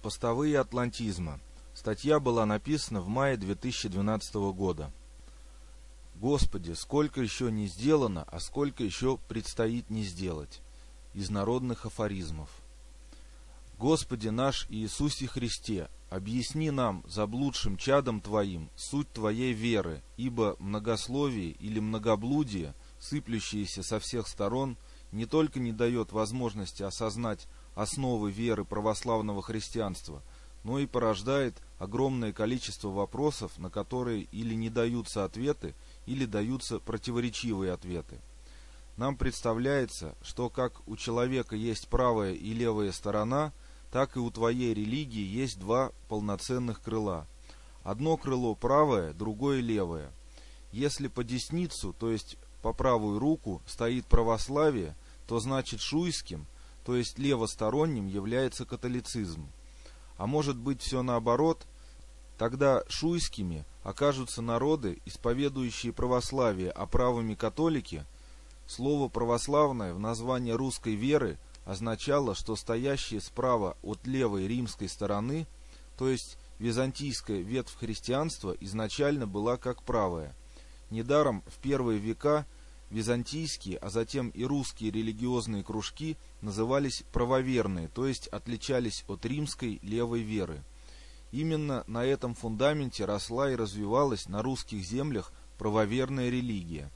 Постовые атлантизма. Статья была написана в мае 2012 года. Господи, сколько еще не сделано, а сколько еще предстоит не сделать. Из народных афоризмов. Господи наш Иисусе Христе, объясни нам, заблудшим чадом Твоим, суть Твоей веры, ибо многословие или многоблудие, сыплющееся со всех сторон, не только не дает возможности осознать основы веры православного христианства, но и порождает огромное количество вопросов, на которые или не даются ответы, или даются противоречивые ответы. Нам представляется, что как у человека есть правая и левая сторона, так и у твоей религии есть два полноценных крыла. Одно крыло правое, другое левое. Если по десницу, то есть по правую руку, стоит православие, то значит шуйским, то есть левосторонним, является католицизм. А может быть все наоборот, тогда шуйскими окажутся народы, исповедующие православие, а правыми католики. Слово «православное» в названии русской веры означало, что стоящие справа от левой римской стороны, то есть византийская ветвь христианства, изначально была как правая. Недаром в первые века византийские, а затем и русские религиозные кружки назывались правоверные, то есть отличались от римской левой веры. Именно на этом фундаменте росла и развивалась на русских землях правоверная религия.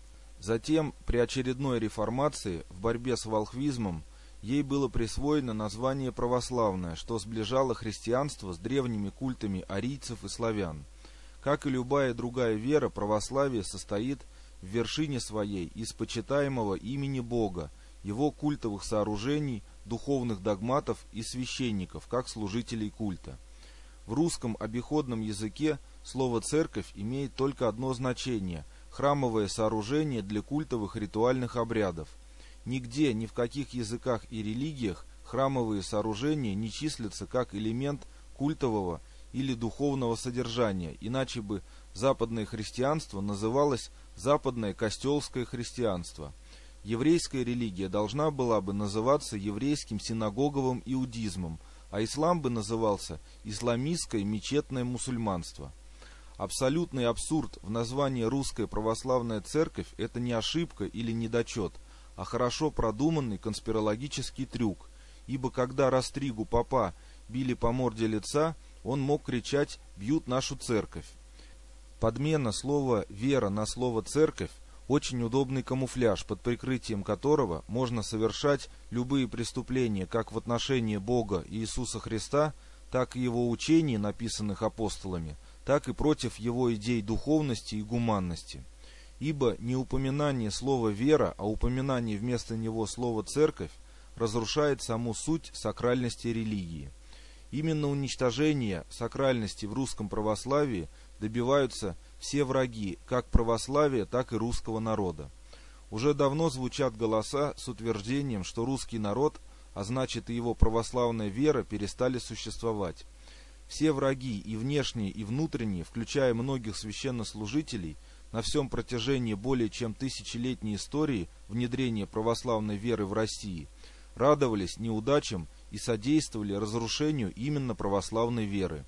Затем, при очередной реформации, в борьбе с волхвизмом, ей было присвоено название православное, что сближало христианство с древними культами арийцев и славян. Как и любая другая вера, православие состоит в вершине своей из почитаемого имени Бога, его культовых сооружений, духовных догматов и священников, как служителей культа. В русском обиходном языке слово «церковь» имеет только одно значение – храмовое сооружение для культовых ритуальных обрядов. Нигде, ни в каких языках и религиях храмовые сооружения не числятся как элемент культового или духовного содержания, иначе бы западное христианство называлось западное костелское христианство. Еврейская религия должна была бы называться еврейским синагоговым иудизмом, а ислам бы назывался исламистское мечетное мусульманство. Абсолютный абсурд в названии «Русская православная церковь» – это не ошибка или недочет, а хорошо продуманный конспирологический трюк, ибо когда Растригу попа били по морде лица, он мог кричать «бьют нашу церковь». Подмена слова «вера» на слово «церковь» – очень удобный камуфляж, под прикрытием которого можно совершать любые преступления как в отношении Бога и Иисуса Христа, так и его учений, написанных апостолами, так и против его идей духовности и гуманности. Ибо не упоминание слова «вера», а упоминание вместо него слова «церковь» разрушает саму суть сакральности религии. Именно уничтожения сакральности в русском православии добиваются все враги, как православия, так и русского народа. Уже давно звучат голоса с утверждением, что русский народ, а значит и его православная вера, перестали существовать. Все враги, и внешние, и внутренние, включая многих священнослужителей, на всем протяжении более чем тысячелетней истории внедрения православной веры в России, радовались неудачам и содействовали разрушению именно православной веры.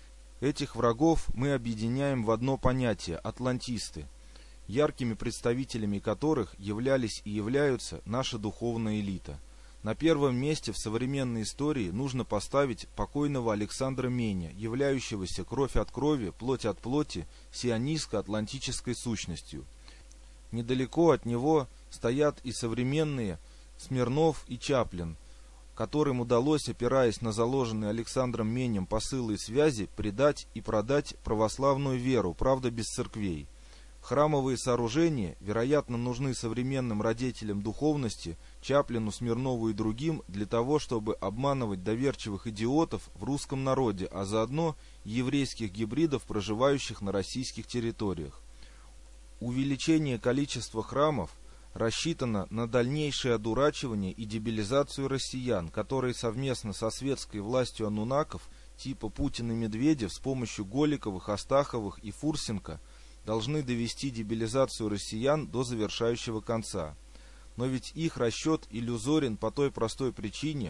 Этих врагов мы объединяем в одно понятие – атлантисты, яркими представителями которых являлись и являются наша духовная элита. На первом месте в современной истории нужно поставить покойного Александра Меня, являющегося кровь от крови, плоть от плоти, сионистско-атлантической сущностью. Недалеко от него стоят и современные Смирнов и Чаплин, которым удалось, опираясь на заложенные Александром Менем посылы и связи, предать и продать православную веру, правда без церквей. Храмовые сооружения, вероятно, нужны современным родителям духовности, Чаплину, Смирнову и другим, для того, чтобы обманывать доверчивых идиотов в русском народе, а заодно и еврейских гибридов, проживающих на российских территориях. Увеличение количества храмов рассчитано на дальнейшее одурачивание и дебилизацию россиян, которые совместно со светской властью анунаков типа Путин и Медведев с помощью Голиковых, Астаховых и Фурсенко должны довести дебилизацию россиян до завершающего конца. Но ведь их расчет иллюзорен по той простой причине,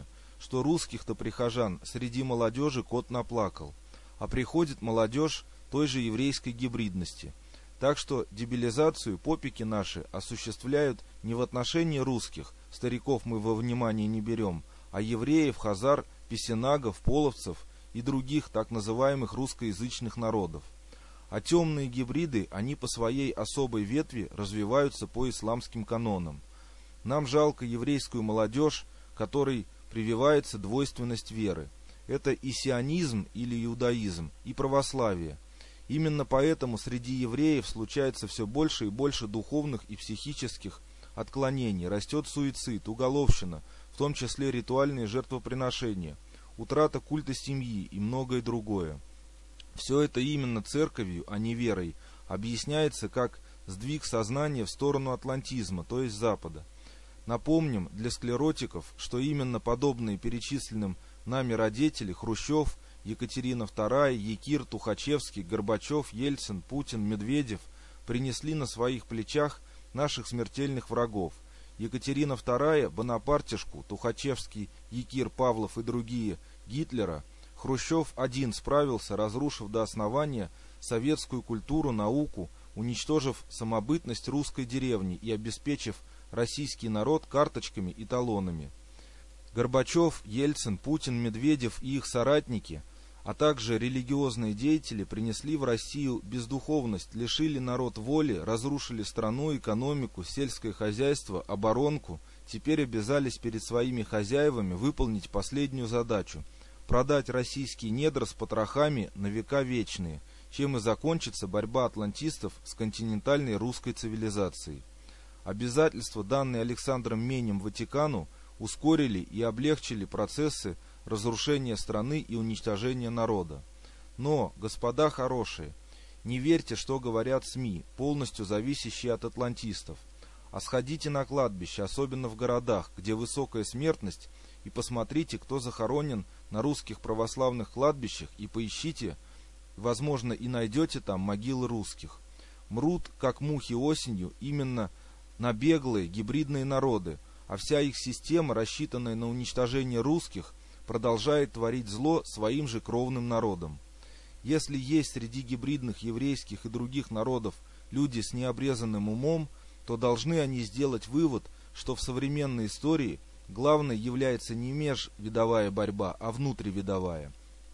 что русских-то прихожан среди молодежи кот наплакал, а приходит молодежь той же еврейской гибридности. Так что дебилизацию попики наши осуществляют не в отношении русских, стариков мы во внимание не берем, а евреев, хазар, песенагов, половцев и других так называемых русскоязычных народов. А темные гибриды, они по своей особой ветви развиваются по исламским канонам. Нам жалко еврейскую молодежь, которой прививается двойственность веры. Это и сионизм или иудаизм, и православие. Именно поэтому среди евреев случается все больше и больше духовных и психических отклонений, растет суицид, уголовщина, в том числе ритуальные жертвоприношения, утрата культа семьи и многое другое. Все это именно церковью, а не верой, объясняется как сдвиг сознания в сторону атлантизма, то есть Запада. Напомним для склеротиков, что именно подобные перечисленным нами родители Хрущев, Екатерина II, Якир, Тухачевский, Горбачев, Ельцин, Путин, Медведев принесли на своих плечах наших смертельных врагов. Екатерина II, Бонапартишку, Тухачевский, Якир, Павлов и другие Гитлера, Хрущев один справился, разрушив до основания советскую культуру, науку, уничтожив самобытность русской деревни и обеспечив российский народ карточками и талонами. Горбачев, Ельцин, Путин, Медведев и их соратники, а также религиозные деятели принесли в Россию бездуховность, лишили народ воли, разрушили страну, экономику, сельское хозяйство, оборонку, теперь обязались перед своими хозяевами выполнить последнюю задачу – продать российские недра с потрохами на века вечные, чем и закончится борьба атлантистов с континентальной русской цивилизацией. Обязательства, данные Александром Менем Ватикану, ускорили и облегчили процессы разрушения страны и уничтожения народа. Но, господа хорошие, не верьте, что говорят СМИ, полностью зависящие от атлантистов, а сходите на кладбище, особенно в городах, где высокая смертность, и посмотрите, кто захоронен на русских православных кладбищах, и поищите, возможно, и найдете там могилы русских. Мрут, как мухи осенью, именно на беглые гибридные народы, а вся их система, рассчитанная на уничтожение русских, продолжает творить зло своим же кровным народам. Если есть среди гибридных еврейских и других народов люди с необрезанным умом, то должны они сделать вывод, что в современной истории главной является не межвидовая борьба, а внутривидовая.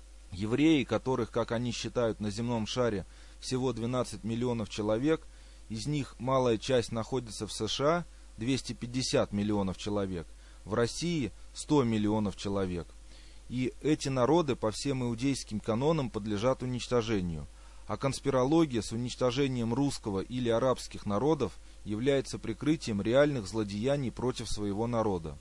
Евреи, которых, как они считают, на земном шаре всего 12 миллионов человек, из них малая часть находится в США, 250 миллионов человек, в России 100 миллионов человек. И эти народы по всем иудейским канонам подлежат уничтожению. А конспирология с уничтожением русского или арабских народов является прикрытием реальных злодеяний против своего народа.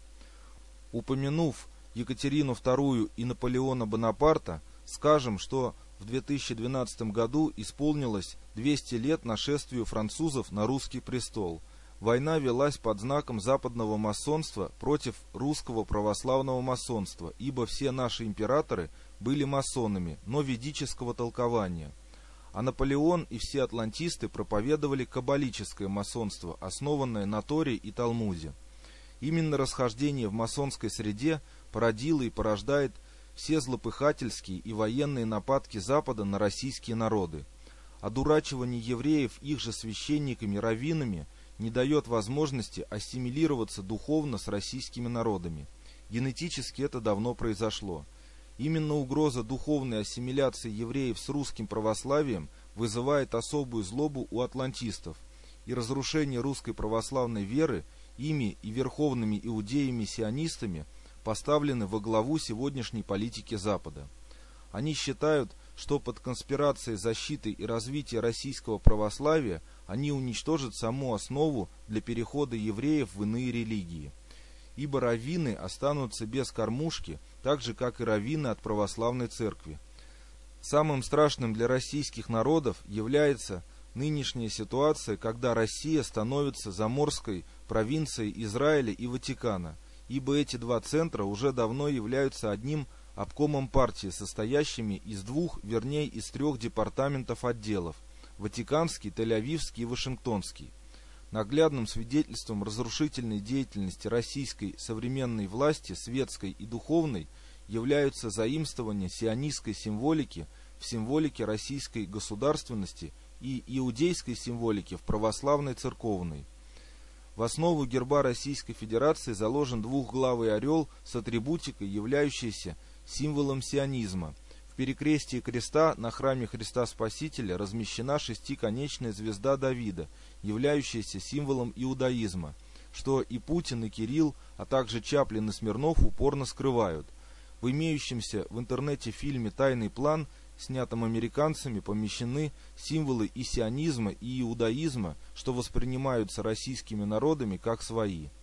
Упомянув Екатерину II и Наполеона Бонапарта, скажем, что в 2012 году исполнилось 200 лет нашествию французов на русский престол. Война велась под знаком западного масонства против русского православного масонства, ибо все наши императоры были масонами, но ведического толкования. А Наполеон и все атлантисты проповедовали каббалическое масонство, основанное на Торе и Талмуде. Именно расхождение в масонской среде породило и порождает все злопыхательские и военные нападки Запада на российские народы. Одурачивание евреев их же священниками, раввинами не дает возможности ассимилироваться духовно с российскими народами. Генетически это давно произошло. Именно угроза духовной ассимиляции евреев с русским православием вызывает особую злобу у атлантистов, и разрушение русской православной веры ими и верховными иудеями-сионистами поставлены во главу сегодняшней политики Запада. Они считают, что под конспирацией защиты и развития российского православия они уничтожат саму основу для перехода евреев в иные религии. Ибо раввины останутся без кормушки, так же, как и раввины от православной церкви. Самым страшным для российских народов является нынешняя ситуация, когда Россия становится заморской провинцией Израиля и Ватикана, ибо эти два центра уже давно являются одним обкомом партии, состоящими из двух, вернее из трех департаментов отделов – Ватиканский, Тель-Авивский и Вашингтонский. Наглядным свидетельством разрушительной деятельности российской современной власти, светской и духовной, являются заимствования сионистской символики в символике российской государственности и иудейской символики в православной церковной. В основу герба Российской Федерации заложен двухглавый орел с атрибутикой, являющейся символом сионизма. В перекрестии креста на храме Христа Спасителя размещена шестиконечная звезда Давида, являющаяся символом иудаизма, что и Путин, и Кирилл, а также Чаплин и Смирнов упорно скрывают. В имеющемся в интернете фильме «Тайный план», снятом американцами, помещены символы и сионизма, и иудаизма, что воспринимаются российскими народами как свои.